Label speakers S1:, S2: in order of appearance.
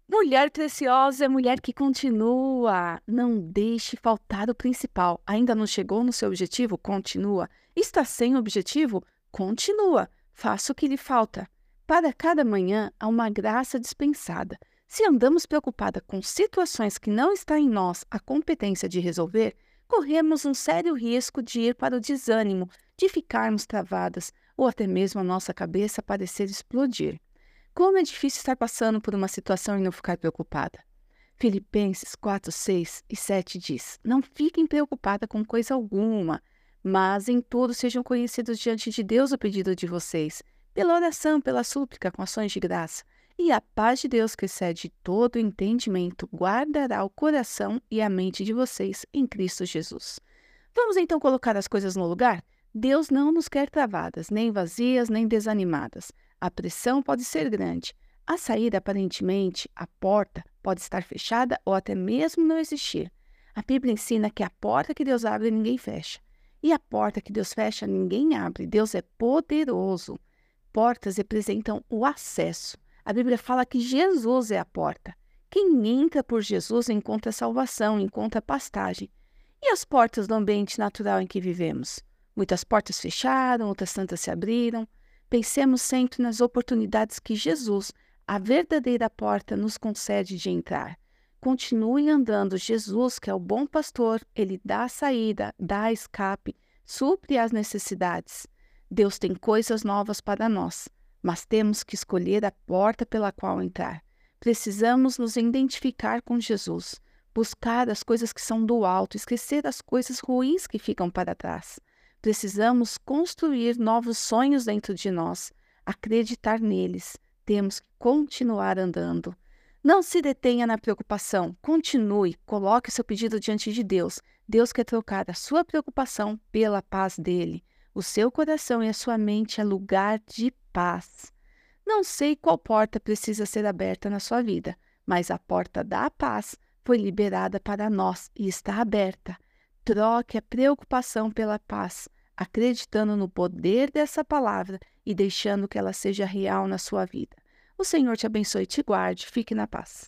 S1: Mulher preciosa é mulher que continua. Não deixe faltar o principal. Ainda não chegou no seu objetivo? Continua. Está sem objetivo? Continua. Faça o que lhe falta. Para cada manhã há uma graça dispensada. Se andamos preocupada com situações que não está em nós a competência de resolver, corremos um sério risco de ir para o desânimo, de ficarmos travadas ou até mesmo a nossa cabeça parecer explodir. Como é difícil estar passando por uma situação e não ficar preocupada. Filipenses 4, 6 e 7 diz: Não fiquem preocupadas com coisa alguma, mas em tudo sejam conhecidos diante de Deus o pedido de vocês, pela oração, pela súplica, com ações de graça. E a paz de Deus, que excede todo entendimento, guardará o coração e a mente de vocês em Cristo Jesus. Vamos então colocar as coisas no lugar? Deus não nos quer travadas, nem vazias, nem desanimadas. A pressão pode ser grande. A saída, aparentemente, a porta pode estar fechada ou até mesmo não existir. A Bíblia ensina que a porta que Deus abre, ninguém fecha. E a porta que Deus fecha, ninguém abre. Deus é poderoso. Portas representam o acesso. A Bíblia fala que Jesus é a porta. Quem entra por Jesus encontra salvação, encontra pastagem. E as portas do ambiente natural em que vivemos? Muitas portas fecharam, outras tantas se abriram. Pensemos sempre nas oportunidades que Jesus, a verdadeira porta, nos concede de entrar. Continue andando. Jesus, que é o bom pastor, ele dá a saída, dá a escape, supre as necessidades. Deus tem coisas novas para nós, mas temos que escolher a porta pela qual entrar. Precisamos nos identificar com Jesus, buscar as coisas que são do alto, esquecer as coisas ruins que ficam para trás. Precisamos construir novos sonhos dentro de nós, acreditar neles. Temos que continuar andando. Não se detenha na preocupação, continue, coloque o seu pedido diante de Deus. Deus quer trocar a sua preocupação pela paz dele. O seu coração e a sua mente é lugar de paz. Não sei qual porta precisa ser aberta na sua vida, mas a porta da paz foi liberada para nós e está aberta. Troque a preocupação pela paz, acreditando no poder dessa palavra e deixando que ela seja real na sua vida. O Senhor te abençoe e te guarde. Fique na paz.